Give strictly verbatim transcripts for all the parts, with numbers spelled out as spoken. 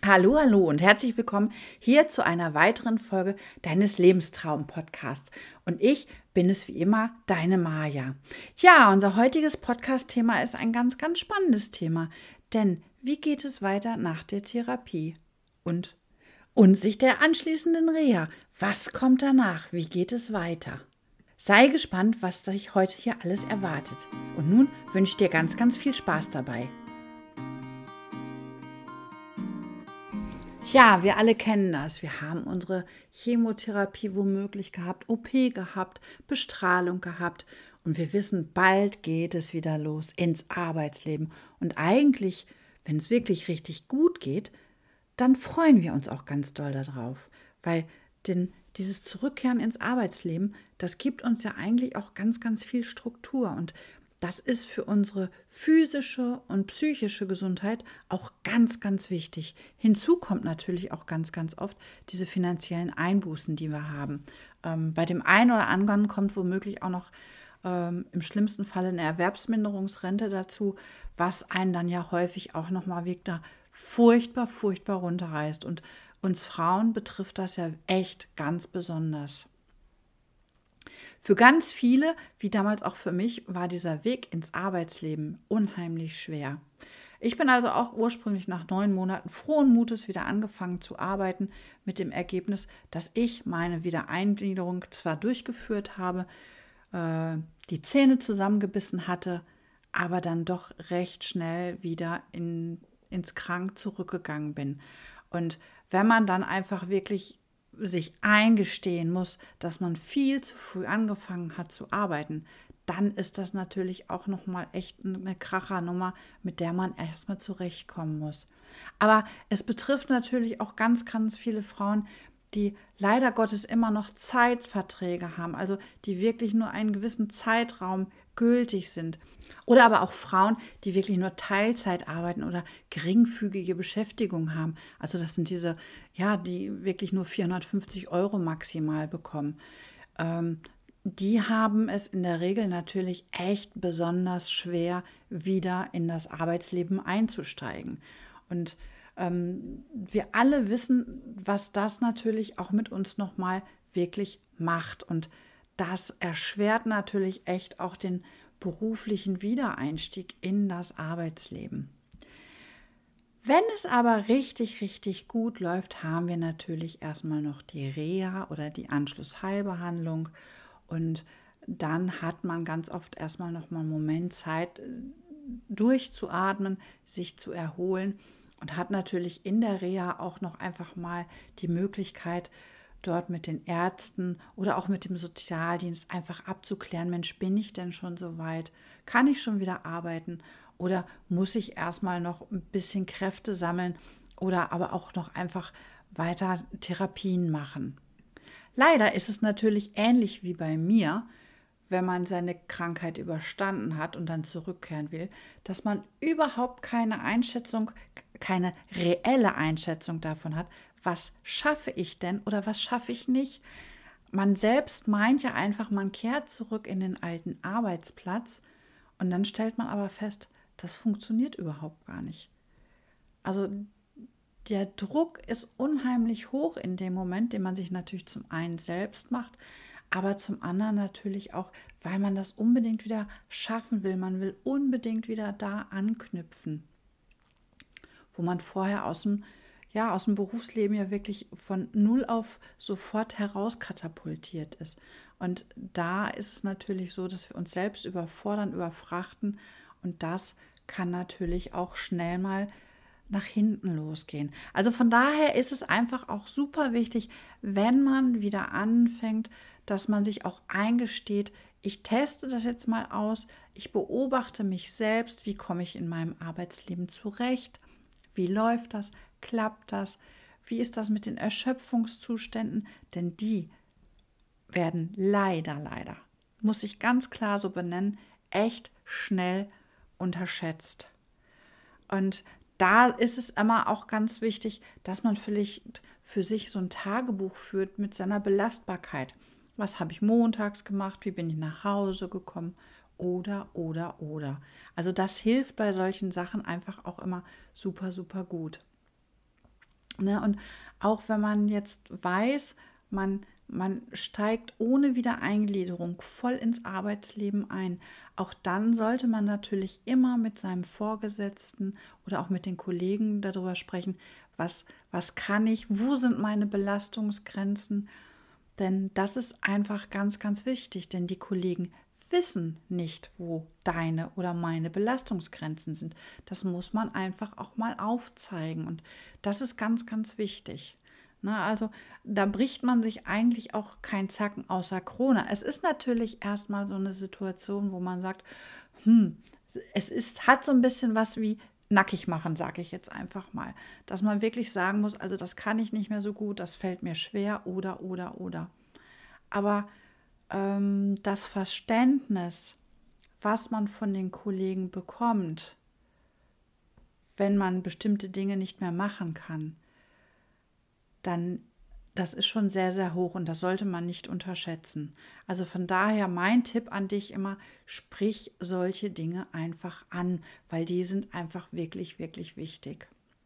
Hallo, hallo und herzlich willkommen hier zu einer weiteren Folge deines Lebenstraum-Podcasts. Und ich bin es wie immer, deine Maja. Tja, unser heutiges Podcast-Thema ist ein ganz, ganz spannendes Thema. Denn wie geht es weiter nach der Therapie? Und, und sich der anschließenden Reha. Was kommt danach? Wie geht es weiter? Sei gespannt, was dich heute hier alles erwartet. Und nun wünsche ich dir ganz, ganz viel Spaß dabei. Ja, wir alle kennen das. Wir haben unsere Chemotherapie womöglich gehabt, O P gehabt, Bestrahlung gehabt und wir wissen, bald geht es wieder los ins Arbeitsleben. Und eigentlich, wenn es wirklich richtig gut geht, dann freuen wir uns auch ganz doll darauf, weil denn dieses Zurückkehren ins Arbeitsleben, das gibt uns ja eigentlich auch ganz, ganz viel Struktur und das ist für unsere physische und psychische Gesundheit auch ganz, ganz wichtig. Hinzu kommt natürlich auch ganz, ganz oft diese finanziellen Einbußen, die wir haben. Ähm, bei dem einen oder anderen kommt womöglich auch noch ähm, im schlimmsten Fall eine Erwerbsminderungsrente dazu, was einen dann ja häufig auch nochmal wieder furchtbar, furchtbar runterreißt. Und uns Frauen betrifft das ja echt ganz besonders. Für ganz viele, wie damals auch für mich, war dieser Weg ins Arbeitsleben unheimlich schwer. Ich bin also auch ursprünglich nach neun Monaten frohen Mutes wieder angefangen zu arbeiten, mit dem Ergebnis, dass ich meine Wiedereingliederung zwar durchgeführt habe, äh, die Zähne zusammengebissen hatte, aber dann doch recht schnell wieder in, ins Krank zurückgegangen bin. Und wenn man dann einfach wirklich sich eingestehen muss, dass man viel zu früh angefangen hat zu arbeiten, dann ist das natürlich auch nochmal echt eine Krachernummer, mit der man erstmal zurechtkommen muss. Aber es betrifft natürlich auch ganz, ganz viele Frauen, die leider Gottes immer noch Zeitverträge haben, also die wirklich nur einen gewissen Zeitraum gültig sind. Oder aber auch Frauen, die wirklich nur Teilzeit arbeiten oder geringfügige Beschäftigung haben. Also das sind diese, ja, die wirklich nur vierhundertfünfzig Euro maximal bekommen. Ähm, die haben es in der Regel natürlich echt besonders schwer, wieder in das Arbeitsleben einzusteigen. Und ähm, wir alle wissen, was das natürlich auch mit uns nochmal wirklich macht. Und das erschwert natürlich echt auch den beruflichen Wiedereinstieg in das Arbeitsleben. Wenn es aber richtig, richtig gut läuft, haben wir natürlich erstmal noch die Reha oder die Anschlussheilbehandlung und dann hat man ganz oft erstmal noch mal einen Moment Zeit durchzuatmen, sich zu erholen und hat natürlich in der Reha auch noch einfach mal die Möglichkeit, dort mit den Ärzten oder auch mit dem Sozialdienst einfach abzuklären, Mensch, bin ich denn schon so weit? Kann ich schon wieder arbeiten? Oder muss ich erstmal noch ein bisschen Kräfte sammeln oder aber auch noch einfach weiter Therapien machen? Leider ist es natürlich ähnlich wie bei mir, wenn man seine Krankheit überstanden hat und dann zurückkehren will, dass man überhaupt keine Einschätzung, keine reelle Einschätzung davon hat, was schaffe ich denn oder was schaffe ich nicht. Man selbst meint ja einfach, man kehrt zurück in den alten Arbeitsplatz und dann stellt man aber fest, das funktioniert überhaupt gar nicht. Also der Druck ist unheimlich hoch in dem Moment, den man sich natürlich zum einen selbst macht, aber zum anderen natürlich auch, weil man das unbedingt wieder schaffen will. Man will unbedingt wieder da anknüpfen, wo man vorher aus dem, ja, aus dem Berufsleben ja wirklich von null auf sofort herauskatapultiert ist. Und da ist es natürlich so, dass wir uns selbst überfordern, überfrachten und das kann natürlich auch schnell mal nach hinten losgehen. Also von daher ist es einfach auch super wichtig, wenn man wieder anfängt, dass man sich auch eingesteht, ich teste das jetzt mal aus, ich beobachte mich selbst, wie komme ich in meinem Arbeitsleben zurecht, wie läuft das, klappt das, wie ist das mit den Erschöpfungszuständen, denn die werden leider, leider, muss ich ganz klar so benennen, echt schnell unterschätzt. Und da ist es immer auch ganz wichtig, dass man vielleicht für sich so ein Tagebuch führt mit seiner Belastbarkeit. Was habe ich montags gemacht? Wie bin ich nach Hause gekommen? Oder, oder, oder. Also das hilft bei solchen Sachen einfach auch immer super, super gut. Ne? Und auch wenn man jetzt weiß, man, man steigt ohne Wiedereingliederung voll ins Arbeitsleben ein, auch dann sollte man natürlich immer mit seinem Vorgesetzten oder auch mit den Kollegen darüber sprechen, was, was kann ich, wo sind meine Belastungsgrenzen, denn das ist einfach ganz, ganz wichtig, denn die Kollegen wissen nicht, wo deine oder meine Belastungsgrenzen sind. Das muss man einfach auch mal aufzeigen und das ist ganz, ganz wichtig. Na, also da bricht man sich eigentlich auch kein Zacken außer Krone. Es ist natürlich erstmal so eine Situation, wo man sagt, hm, es ist, hat so ein bisschen was wie nackig machen, sage ich jetzt einfach mal. Dass man wirklich sagen muss, also das kann ich nicht mehr so gut, das fällt mir schwer oder, oder, oder. Aber ähm, das Verständnis, was man von den Kollegen bekommt, wenn man bestimmte Dinge nicht mehr machen kann, dann das ist schon sehr, sehr hoch und das sollte man nicht unterschätzen. Also von daher mein Tipp an dich immer, sprich solche Dinge einfach an, weil die sind einfach wirklich, wirklich wichtig.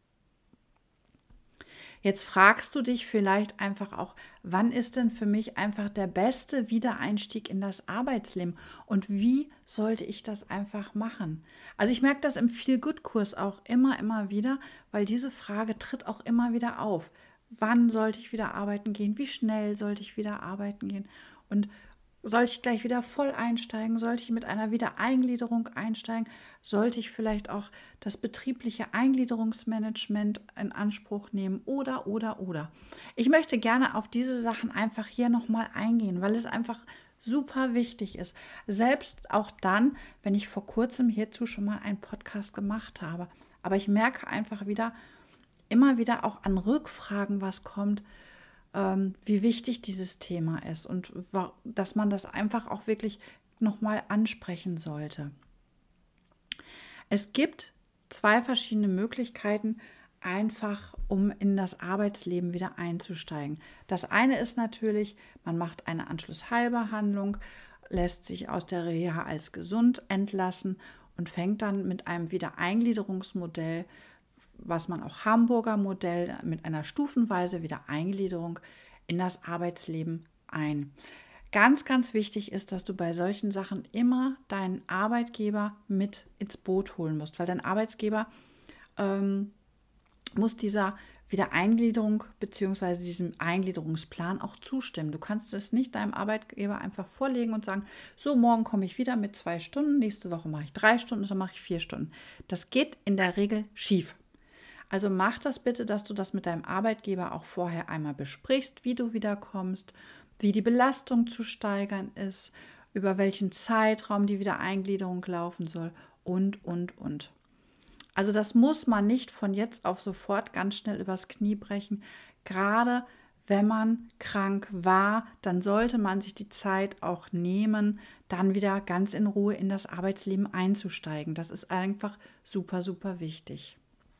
Jetzt fragst du dich vielleicht einfach auch, wann ist denn für mich einfach der beste Wiedereinstieg in das Arbeitsleben und wie sollte ich das einfach machen? Also ich merke das im Feel-Good-Kurs auch immer, immer wieder, weil diese Frage tritt auch immer wieder auf. Wann sollte ich wieder arbeiten gehen? Wie schnell sollte ich wieder arbeiten gehen? Und sollte ich gleich wieder voll einsteigen? Sollte ich mit einer Wiedereingliederung einsteigen? Sollte ich vielleicht auch das betriebliche Eingliederungsmanagement in Anspruch nehmen? Oder, oder, oder. Ich möchte gerne auf diese Sachen einfach hier nochmal eingehen, weil es einfach super wichtig ist. Selbst auch dann, wenn ich vor kurzem hierzu schon mal einen Podcast gemacht habe. Aber ich merke einfach wieder, immer wieder auch an Rückfragen, was kommt, ähm, wie wichtig dieses Thema ist und dass man das einfach auch wirklich nochmal ansprechen sollte. Es gibt zwei verschiedene Möglichkeiten, einfach um in das Arbeitsleben wieder einzusteigen. Das eine ist natürlich, man macht eine Anschlussheilbehandlung, lässt sich aus der Reha als gesund entlassen und fängt dann mit einem Wiedereingliederungsmodell, was man auch Hamburger Modell mit einer stufenweise Wiedereingliederung in das Arbeitsleben ein. Ganz, ganz wichtig ist, dass du bei solchen Sachen immer deinen Arbeitgeber mit ins Boot holen musst, weil dein Arbeitgeber ähm, muss dieser Wiedereingliederung bzw. diesem Eingliederungsplan auch zustimmen. Du kannst es nicht deinem Arbeitgeber einfach vorlegen und sagen, so, morgen komme ich wieder mit zwei Stunden, nächste Woche mache ich drei Stunden oder mache ich vier Stunden. Das geht in der Regel schief. Also mach das bitte, dass du das mit deinem Arbeitgeber auch vorher einmal besprichst, wie du wiederkommst, wie die Belastung zu steigern ist, über welchen Zeitraum die Wiedereingliederung laufen soll und, und, und. Also das muss man nicht von jetzt auf sofort ganz schnell übers Knie brechen. Gerade wenn man krank war, dann sollte man sich die Zeit auch nehmen, dann wieder ganz in Ruhe in das Arbeitsleben einzusteigen. Das ist einfach super, super wichtig.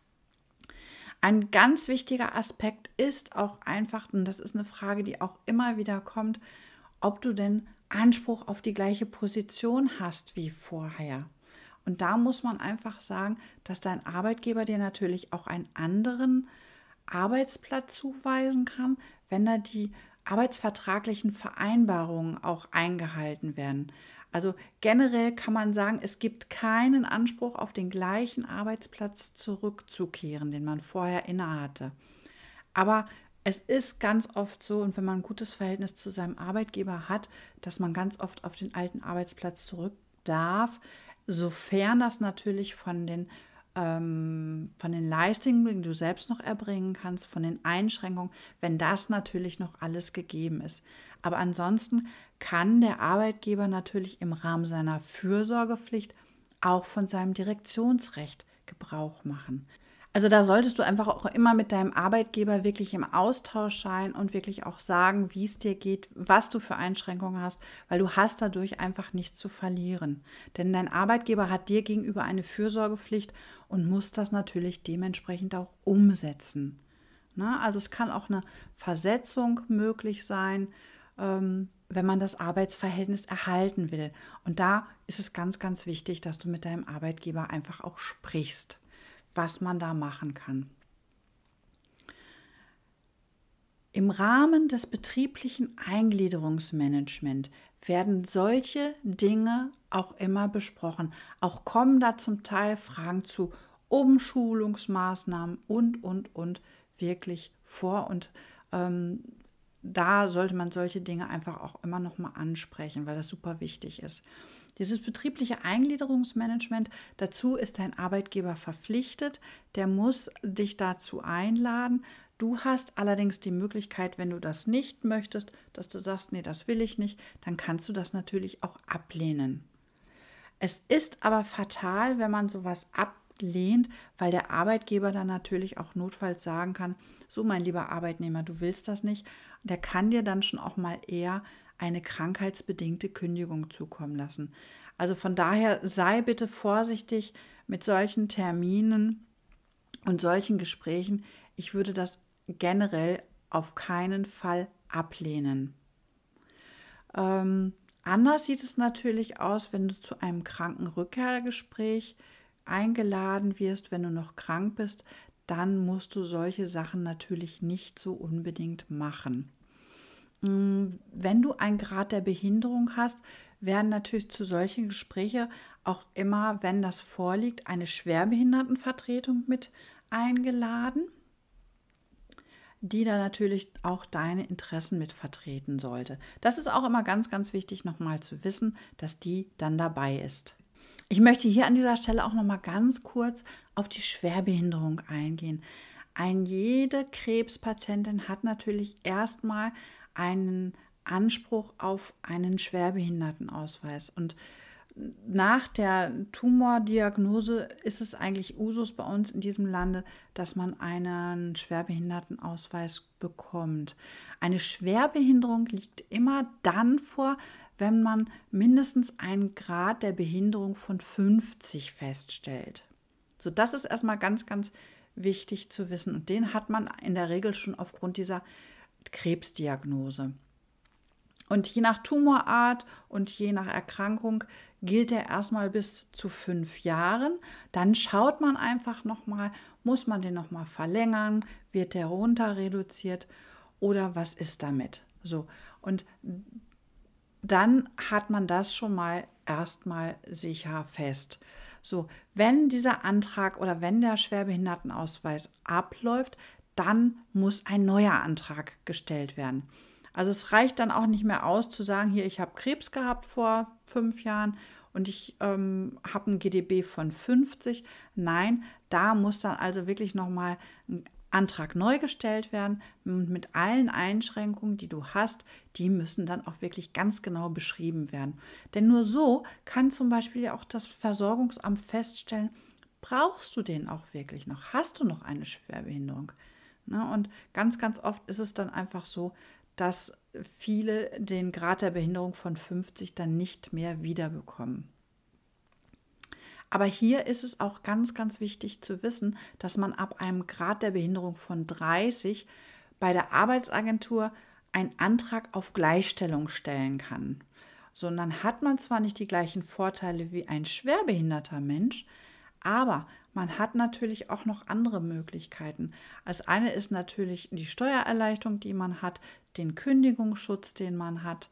Ein ganz wichtiger Aspekt ist auch einfach, und das ist eine Frage, die auch immer wieder kommt, ob du denn Anspruch auf die gleiche Position hast wie vorher. Und da muss man einfach sagen, dass dein Arbeitgeber dir natürlich auch einen anderen Arbeitsplatz zuweisen kann, wenn da die arbeitsvertraglichen Vereinbarungen auch eingehalten werden. Also generell kann man sagen, es gibt keinen Anspruch auf den gleichen Arbeitsplatz zurückzukehren, den man vorher innehatte. Aber es ist ganz oft so, und wenn man ein gutes Verhältnis zu seinem Arbeitgeber hat, dass man ganz oft auf den alten Arbeitsplatz zurück darf, sofern das natürlich von den, ähm, von den Leistungen, die du selbst noch erbringen kannst, von den Einschränkungen, wenn das natürlich noch alles gegeben ist. Aber ansonsten kann der Arbeitgeber natürlich im Rahmen seiner Fürsorgepflicht auch von seinem Direktionsrecht Gebrauch machen. Also da solltest du einfach auch immer mit deinem Arbeitgeber wirklich im Austausch sein und wirklich auch sagen, wie es dir geht, was du für Einschränkungen hast, weil du hast dadurch einfach nichts zu verlieren. Denn dein Arbeitgeber hat dir gegenüber eine Fürsorgepflicht und muss das natürlich dementsprechend auch umsetzen. Na, also es kann auch eine Versetzung möglich sein, ähm, wenn man das Arbeitsverhältnis erhalten will. Und da ist es ganz, ganz wichtig, dass du mit deinem Arbeitgeber einfach auch sprichst, was man da machen kann. Im Rahmen des betrieblichen Eingliederungsmanagement werden solche Dinge auch immer besprochen. Auch kommen da zum Teil Fragen zu Umschulungsmaßnahmen und, und, und wirklich vor. Und ähm, da sollte man solche Dinge einfach auch immer noch mal ansprechen, weil das super wichtig ist. Dieses betriebliche Eingliederungsmanagement, dazu ist dein Arbeitgeber verpflichtet, der muss dich dazu einladen. Du hast allerdings die Möglichkeit, wenn du das nicht möchtest, dass du sagst, nee, das will ich nicht, dann kannst du das natürlich auch ablehnen. Es ist aber fatal, wenn man sowas ablehnt, weil der Arbeitgeber dann natürlich auch notfalls sagen kann, so mein lieber Arbeitnehmer, du willst das nicht. Der kann dir dann schon auch mal eher eine krankheitsbedingte Kündigung zukommen lassen. Also von daher sei bitte vorsichtig mit solchen Terminen und solchen Gesprächen. Ich würde das generell auf keinen Fall ablehnen. Ähm, anders sieht es natürlich aus, wenn du zu einem Krankenrückkehrgespräch eingeladen wirst, wenn du noch krank bist, dann musst du solche Sachen natürlich nicht so unbedingt machen. Wenn du einen Grad der Behinderung hast, werden natürlich zu solchen Gesprächen auch immer, wenn das vorliegt, eine Schwerbehindertenvertretung mit eingeladen, die da natürlich auch deine Interessen mit vertreten sollte. Das ist auch immer ganz, ganz wichtig nochmal zu wissen, dass die dann dabei ist. Ich möchte hier an dieser Stelle auch nochmal ganz kurz auf die Schwerbehinderung eingehen. Ein, jede Krebspatientin hat natürlich erstmal einen Anspruch auf einen Schwerbehindertenausweis. Und nach der Tumordiagnose ist es eigentlich Usus bei uns in diesem Lande, dass man einen Schwerbehindertenausweis bekommt. Eine Schwerbehinderung liegt immer dann vor, wenn man mindestens einen Grad der Behinderung von fünfzig feststellt. So, das ist erstmal ganz, ganz wichtig zu wissen. Und den hat man in der Regel schon aufgrund dieser Krebsdiagnose. Und je nach Tumorart und je nach Erkrankung gilt er erstmal bis zu fünf Jahren. Dann schaut man einfach nochmal, muss man den nochmal verlängern, wird der runter reduziert oder was ist damit? So, und dann hat man das schon mal erstmal sicher fest. So, wenn dieser Antrag oder wenn der Schwerbehindertenausweis abläuft, dann muss ein neuer Antrag gestellt werden. Also es reicht dann auch nicht mehr aus zu sagen, hier, ich habe Krebs gehabt vor fünf Jahren und ich ähm, habe ein G D B von fünfzig. Nein, da muss dann also wirklich nochmal ein Antrag neu gestellt werden und mit allen Einschränkungen, die du hast, die müssen dann auch wirklich ganz genau beschrieben werden. Denn nur so kann zum Beispiel ja auch das Versorgungsamt feststellen, brauchst du den auch wirklich noch? Hast du noch eine Schwerbehinderung? Na, und ganz, ganz oft ist es dann einfach so, dass viele den Grad der Behinderung von fünfzig dann nicht mehr wiederbekommen. Aber hier ist es auch ganz, ganz wichtig zu wissen, dass man ab einem Grad der Behinderung von dreißig bei der Arbeitsagentur einen Antrag auf Gleichstellung stellen kann. So, und dann hat man zwar nicht die gleichen Vorteile wie ein schwerbehinderter Mensch, aber man hat natürlich auch noch andere Möglichkeiten. Als eine ist natürlich die Steuererleichterung, die man hat, den Kündigungsschutz, den man hat.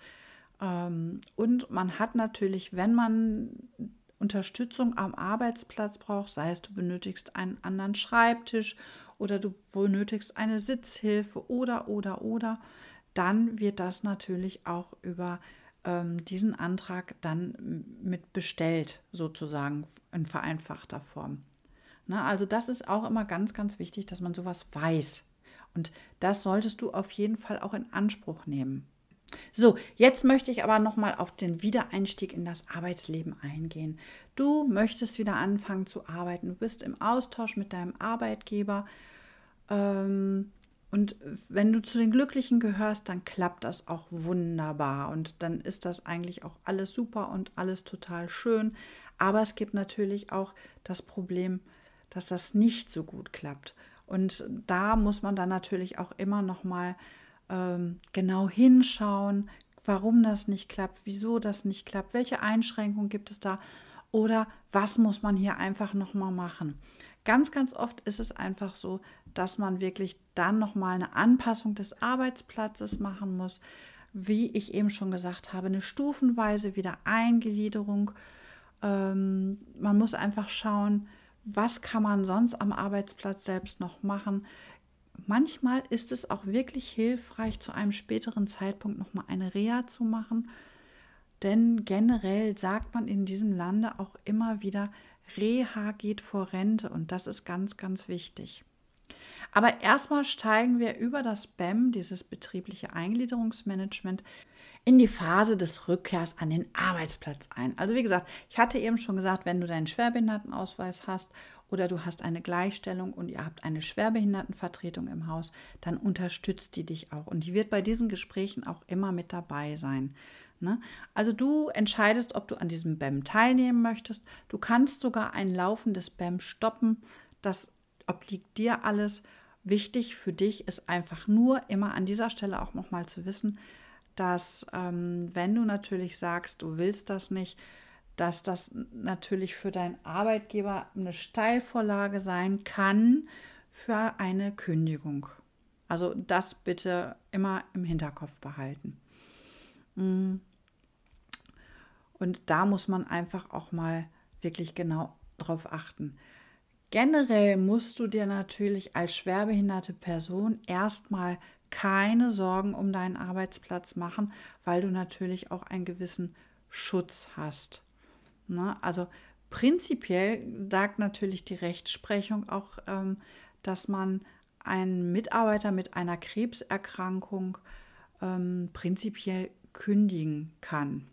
Und man hat natürlich, wenn man Unterstützung am Arbeitsplatz braucht, sei es du benötigst einen anderen Schreibtisch oder du benötigst eine Sitzhilfe oder, oder, oder, dann wird das natürlich auch über ähm, diesen Antrag dann mit bestellt, sozusagen in vereinfachter Form. Na, also das ist auch immer ganz, ganz wichtig, dass man sowas weiß. Und das solltest du auf jeden Fall auch in Anspruch nehmen. So, jetzt möchte ich aber nochmal auf den Wiedereinstieg in das Arbeitsleben eingehen. Du möchtest wieder anfangen zu arbeiten, du bist im Austausch mit deinem Arbeitgeber ähm, und wenn du zu den Glücklichen gehörst, dann klappt das auch wunderbar und dann ist das eigentlich auch alles super und alles total schön. Aber es gibt natürlich auch das Problem, dass das nicht so gut klappt. Und da muss man dann natürlich auch immer noch mal ähm, genau hinschauen, warum das nicht klappt, wieso das nicht klappt, welche Einschränkungen gibt es da oder was muss man hier einfach noch mal machen. Ganz, ganz oft ist es einfach so, dass man wirklich dann nochmal eine Anpassung des Arbeitsplatzes machen muss. Wie ich eben schon gesagt habe, eine stufenweise Wiedereingliederung. Ähm, man muss einfach schauen, was kann man sonst am Arbeitsplatz selbst noch machen. Manchmal ist es auch wirklich hilfreich, zu einem späteren Zeitpunkt nochmal eine Reha zu machen. Denn generell sagt man in diesem Lande auch immer wieder, Reha geht vor Rente und das ist ganz, ganz wichtig. Aber erstmal steigen wir über das B E M, dieses betriebliche Eingliederungsmanagement, in die Phase des Rückkehrs an den Arbeitsplatz ein. Also wie gesagt, ich hatte eben schon gesagt, wenn du deinen Schwerbehindertenausweis hast oder du hast eine Gleichstellung und ihr habt eine Schwerbehindertenvertretung im Haus, dann unterstützt die dich auch. Und die wird bei diesen Gesprächen auch immer mit dabei sein. Ne? Also du entscheidest, ob du an diesem B E M teilnehmen möchtest. Du kannst sogar ein laufendes B E M stoppen. Das obliegt dir alles. Wichtig für dich ist einfach nur immer an dieser Stelle auch nochmal zu wissen, dass ähm, wenn du natürlich sagst, du willst das nicht, dass das natürlich für deinen Arbeitgeber eine Steilvorlage sein kann für eine Kündigung. Also das bitte immer im Hinterkopf behalten. Und da muss man einfach auch mal wirklich genau drauf achten. Generell musst du dir natürlich als schwerbehinderte Person erstmal keine Sorgen um deinen Arbeitsplatz machen, weil du natürlich auch einen gewissen Schutz hast. Ne? Also prinzipiell sagt natürlich die Rechtsprechung auch, ähm, dass man einen Mitarbeiter mit einer Krebserkrankung ähm, prinzipiell kündigen kann.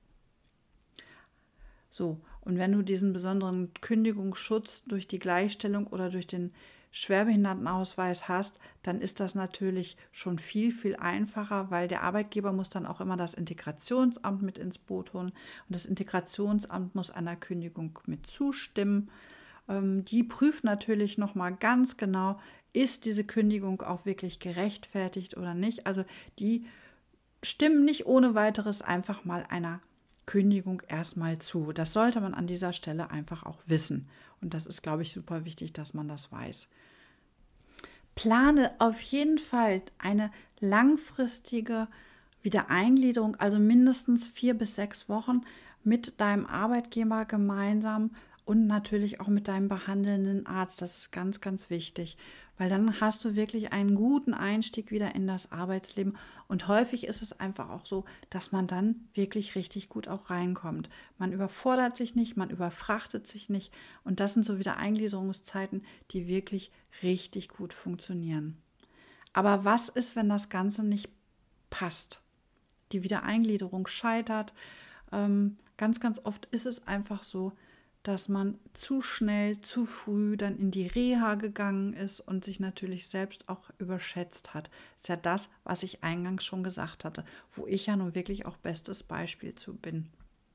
So, und wenn du diesen besonderen Kündigungsschutz durch die Gleichstellung oder durch den Schwerbehindertenausweis hast, dann ist das natürlich schon viel, viel einfacher, weil der Arbeitgeber muss dann auch immer das Integrationsamt mit ins Boot holen und das Integrationsamt muss einer Kündigung mit zustimmen. Ähm, die prüft natürlich nochmal ganz genau, ist diese Kündigung auch wirklich gerechtfertigt oder nicht. Also die stimmen nicht ohne weiteres einfach mal einer Kündigung erstmal zu. Das sollte man an dieser Stelle einfach auch wissen. Und das ist, glaube ich, super wichtig, dass man das weiß. Plane auf jeden Fall eine langfristige Wiedereingliederung, also mindestens vier bis sechs Wochen mit deinem Arbeitgeber gemeinsam und natürlich auch mit deinem behandelnden Arzt. Das ist ganz, ganz wichtig, weil dann hast du wirklich einen guten Einstieg wieder in das Arbeitsleben. Und häufig ist es einfach auch so, dass man dann wirklich richtig gut auch reinkommt. Man überfordert sich nicht, man überfrachtet sich nicht. Und das sind so wieder Eingliederungszeiten, die wirklich richtig gut funktionieren. Aber was ist, wenn das Ganze nicht passt? Die Wiedereingliederung scheitert. Ähm, ganz, ganz oft ist es einfach so, dass man zu schnell, zu früh dann in die Reha gegangen ist und sich natürlich selbst auch überschätzt hat. Das ist ja das, was ich eingangs schon gesagt hatte, wo ich ja nun wirklich auch bestes Beispiel zu bin.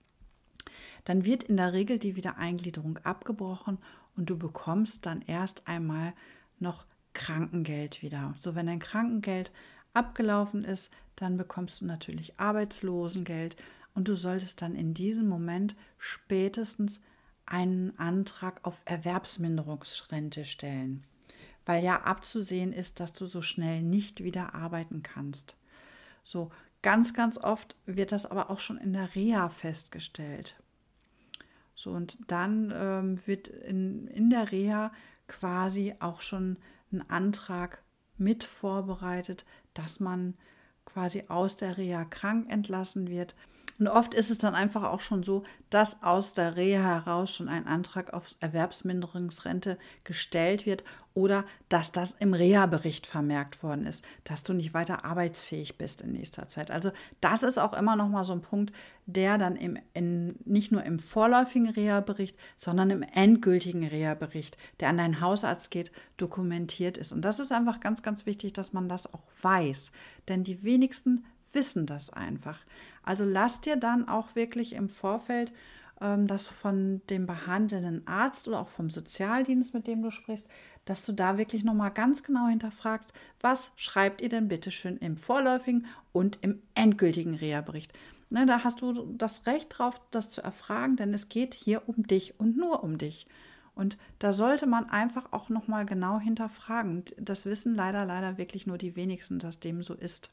Dann wird in der Regel die Wiedereingliederung abgebrochen und du bekommst dann erst einmal noch Krankengeld wieder. So, wenn dein Krankengeld abgelaufen ist, dann bekommst du natürlich Arbeitslosengeld und du solltest dann in diesem Moment spätestens einen Antrag auf Erwerbsminderungsrente stellen, weil ja abzusehen ist, dass du so schnell nicht wieder arbeiten kannst. So, ganz, ganz oft wird das aber auch schon in der Reha festgestellt. So, und dann ähm, wird in, in der Reha quasi auch schon ein Antrag mit vorbereitet, dass man quasi aus der Reha krank entlassen wird. Und oft ist es dann einfach auch schon so, dass aus der Reha heraus schon ein Antrag auf Erwerbsminderungsrente gestellt wird oder dass das im Reha-Bericht vermerkt worden ist, dass du nicht weiter arbeitsfähig bist in nächster Zeit. Also das ist auch immer noch mal so ein Punkt, der dann im, in, nicht nur im vorläufigen Reha-Bericht, sondern im endgültigen Reha-Bericht, der an deinen Hausarzt geht, dokumentiert ist. Und das ist einfach ganz, ganz wichtig, dass man das auch weiß. Denn die wenigsten wissen das einfach. Also lass dir dann auch wirklich im Vorfeld ähm, das von dem behandelnden Arzt oder auch vom Sozialdienst, mit dem du sprichst, dass du da wirklich nochmal ganz genau hinterfragst, was schreibt ihr denn bitte schön im vorläufigen und im endgültigen Reha-Bericht. Ne, da hast du das Recht drauf, das zu erfragen, denn es geht hier um dich und nur um dich. Und da sollte man einfach auch nochmal genau hinterfragen. Das wissen leider, leider wirklich nur die wenigsten, dass dem so ist.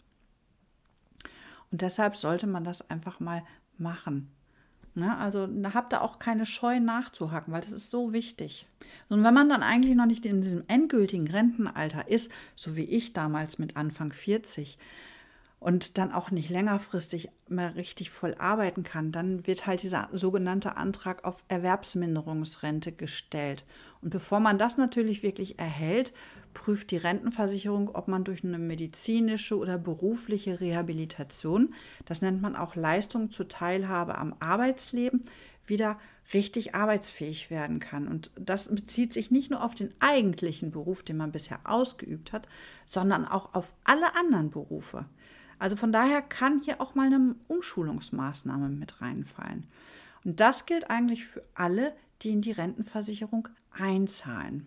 Und deshalb sollte man das einfach mal machen. Ne? Also da habt ihr auch keine Scheu nachzuhaken, weil das ist so wichtig. Und wenn man dann eigentlich noch nicht in diesem endgültigen Rentenalter ist, so wie ich damals mit Anfang vierzig, und dann auch nicht längerfristig mehr richtig voll arbeiten kann, dann wird halt dieser sogenannte Antrag auf Erwerbsminderungsrente gestellt. Und bevor man das natürlich wirklich erhält, prüft die Rentenversicherung, ob man durch eine medizinische oder berufliche Rehabilitation, das nennt man auch Leistung zur Teilhabe am Arbeitsleben, wieder richtig arbeitsfähig werden kann. Und das bezieht sich nicht nur auf den eigentlichen Beruf, den man bisher ausgeübt hat, sondern auch auf alle anderen Berufe. Also von daher kann hier auch mal eine Umschulungsmaßnahme mit reinfallen. Und das gilt eigentlich für alle, die in die Rentenversicherung einzahlen.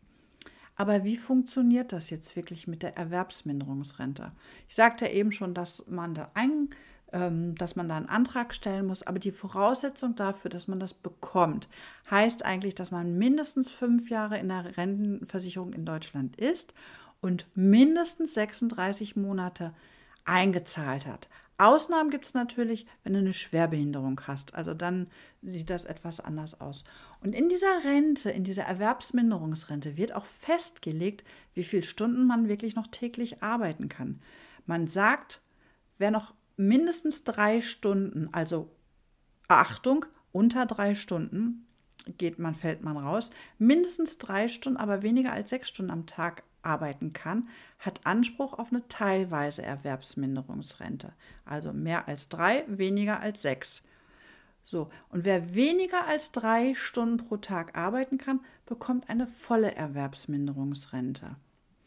Aber wie funktioniert das jetzt wirklich mit der Erwerbsminderungsrente? Ich sagte ja eben schon, dass man da ein, ähm, dass man da einen Antrag stellen muss, aber die Voraussetzung dafür, dass man das bekommt, heißt eigentlich, dass man mindestens fünf Jahre in der Rentenversicherung in Deutschland ist und mindestens sechsunddreißig Monate eingezahlt hat. Ausnahmen gibt es natürlich, wenn du eine Schwerbehinderung hast. Also dann sieht das etwas anders aus. Und in dieser Rente, in dieser Erwerbsminderungsrente wird auch festgelegt, wie viele Stunden man wirklich noch täglich arbeiten kann. Man sagt, wer noch mindestens drei Stunden, also Achtung, unter drei Stunden geht man, fällt man raus, mindestens drei Stunden, aber weniger als sechs Stunden am Tag arbeiten kann, hat Anspruch auf eine teilweise Erwerbsminderungsrente. Also mehr als drei, weniger als sechs. So, und wer weniger als drei Stunden pro Tag arbeiten kann, bekommt eine volle Erwerbsminderungsrente.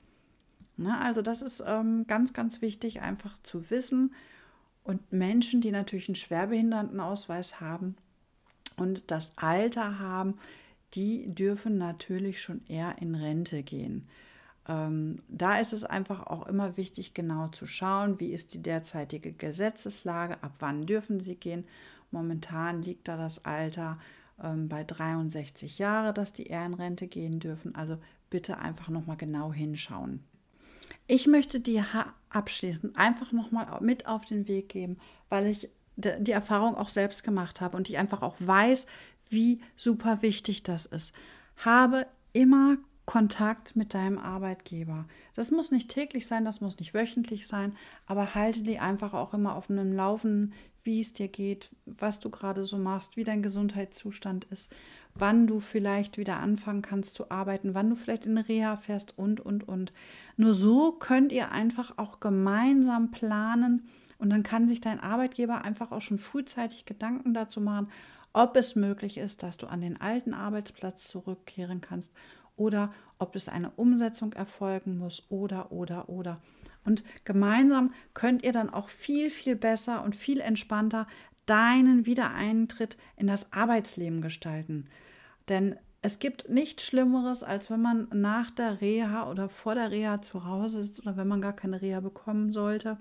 Ne, also das ist ähm, ganz, ganz wichtig, einfach zu wissen. Und Menschen, die natürlich einen Schwerbehindertenausweis haben und das Alter haben, die dürfen natürlich schon eher in Rente gehen. Ähm, da ist es einfach auch immer wichtig, genau zu schauen, wie ist die derzeitige Gesetzeslage, ab wann dürfen sie gehen. Momentan liegt da das Alter ähm, bei dreiundsechzig Jahre, dass die eher in Rente gehen dürfen. Also bitte einfach nochmal genau hinschauen. Ich möchte dir abschließend einfach nochmal mit auf den Weg geben, weil ich die Erfahrung auch selbst gemacht habe und ich einfach auch weiß, wie super wichtig das ist. Habe immer Kontakt mit deinem Arbeitgeber. Das muss nicht täglich sein, das muss nicht wöchentlich sein, aber halte die einfach auch immer auf einem Laufenden, wie es dir geht, was du gerade so machst, wie dein Gesundheitszustand ist, wann du vielleicht wieder anfangen kannst zu arbeiten, wann du vielleicht in eine Reha fährst und, und, und. Nur so könnt ihr einfach auch gemeinsam planen und dann kann sich dein Arbeitgeber einfach auch schon frühzeitig Gedanken dazu machen, ob es möglich ist, dass du an den alten Arbeitsplatz zurückkehren kannst oder ob es eine Umsetzung erfolgen muss oder, oder, oder. Und gemeinsam könnt ihr dann auch viel, viel besser und viel entspannter deinen Wiedereintritt in das Arbeitsleben gestalten. Denn es gibt nichts Schlimmeres, als wenn man nach der Reha oder vor der Reha zu Hause sitzt oder wenn man gar keine Reha bekommen sollte,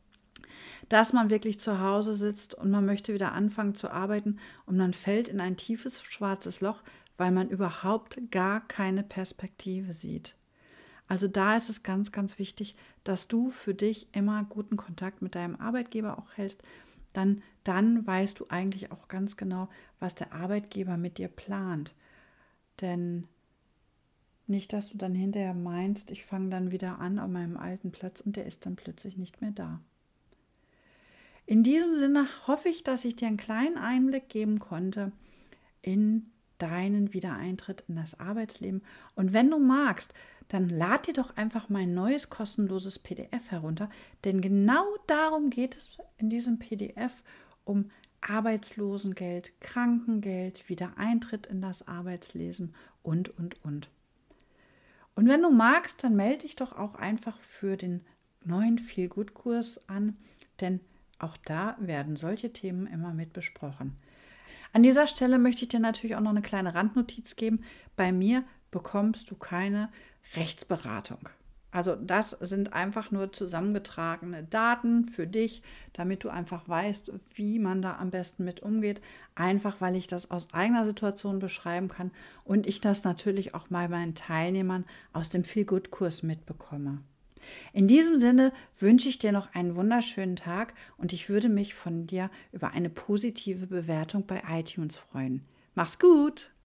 dass man wirklich zu Hause sitzt und man möchte wieder anfangen zu arbeiten und man fällt in ein tiefes schwarzes Loch, weil man überhaupt gar keine Perspektive sieht. Also da ist es ganz, ganz wichtig, dass du für dich immer guten Kontakt mit deinem Arbeitgeber auch hältst. Dann, dann weißt du eigentlich auch ganz genau, was der Arbeitgeber mit dir plant. Denn nicht, dass du dann hinterher meinst, ich fange dann wieder an an meinem alten Platz und der ist dann plötzlich nicht mehr da. In diesem Sinne hoffe ich, dass ich dir einen kleinen Einblick geben konnte in deinen Wiedereintritt in das Arbeitsleben. Und wenn du magst, dann lad dir doch einfach mein neues kostenloses P D F herunter, denn genau darum geht es in diesem P D F, um Arbeitslosengeld, Krankengeld, Wiedereintritt in das Arbeitsleben und, und, und. Und wenn du magst, dann melde dich doch auch einfach für den neuen Feel-Good-Kurs an, denn auch da werden solche Themen immer mit besprochen. An dieser Stelle möchte ich dir natürlich auch noch eine kleine Randnotiz geben. Bei mir bekommst du keine Rechtsberatung. Also das sind einfach nur zusammengetragene Daten für dich, damit du einfach weißt, wie man da am besten mit umgeht. Einfach, weil ich das aus eigener Situation beschreiben kann und ich das natürlich auch bei meinen Teilnehmern aus dem Feel-Good-Kurs mitbekomme. In diesem Sinne wünsche ich dir noch einen wunderschönen Tag und ich würde mich von dir über eine positive Bewertung bei iTunes freuen. Mach's gut!